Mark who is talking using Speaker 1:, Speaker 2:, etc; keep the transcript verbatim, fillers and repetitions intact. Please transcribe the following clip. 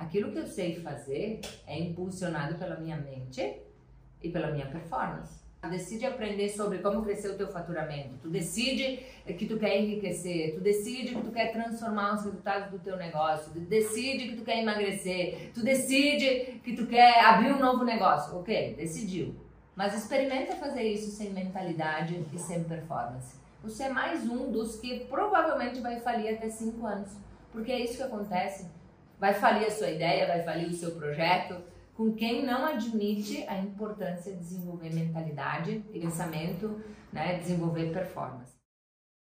Speaker 1: aquilo que eu sei fazer é impulsionado pela minha mente e pela minha performance. Tu decide aprender sobre como crescer o teu faturamento, tu decide que tu quer enriquecer, tu decide que tu quer transformar os resultados do teu negócio, tu decide que tu quer emagrecer, tu decide que tu quer abrir um novo negócio. Ok, decidiu. Mas experimenta fazer isso sem mentalidade e sem performance. Você é mais um dos que provavelmente vai falir até cinco anos, porque é isso que acontece. Vai falir a sua ideia, vai falir o seu projeto, com quem não admite a importância de desenvolver mentalidade e pensamento, né, desenvolver performance.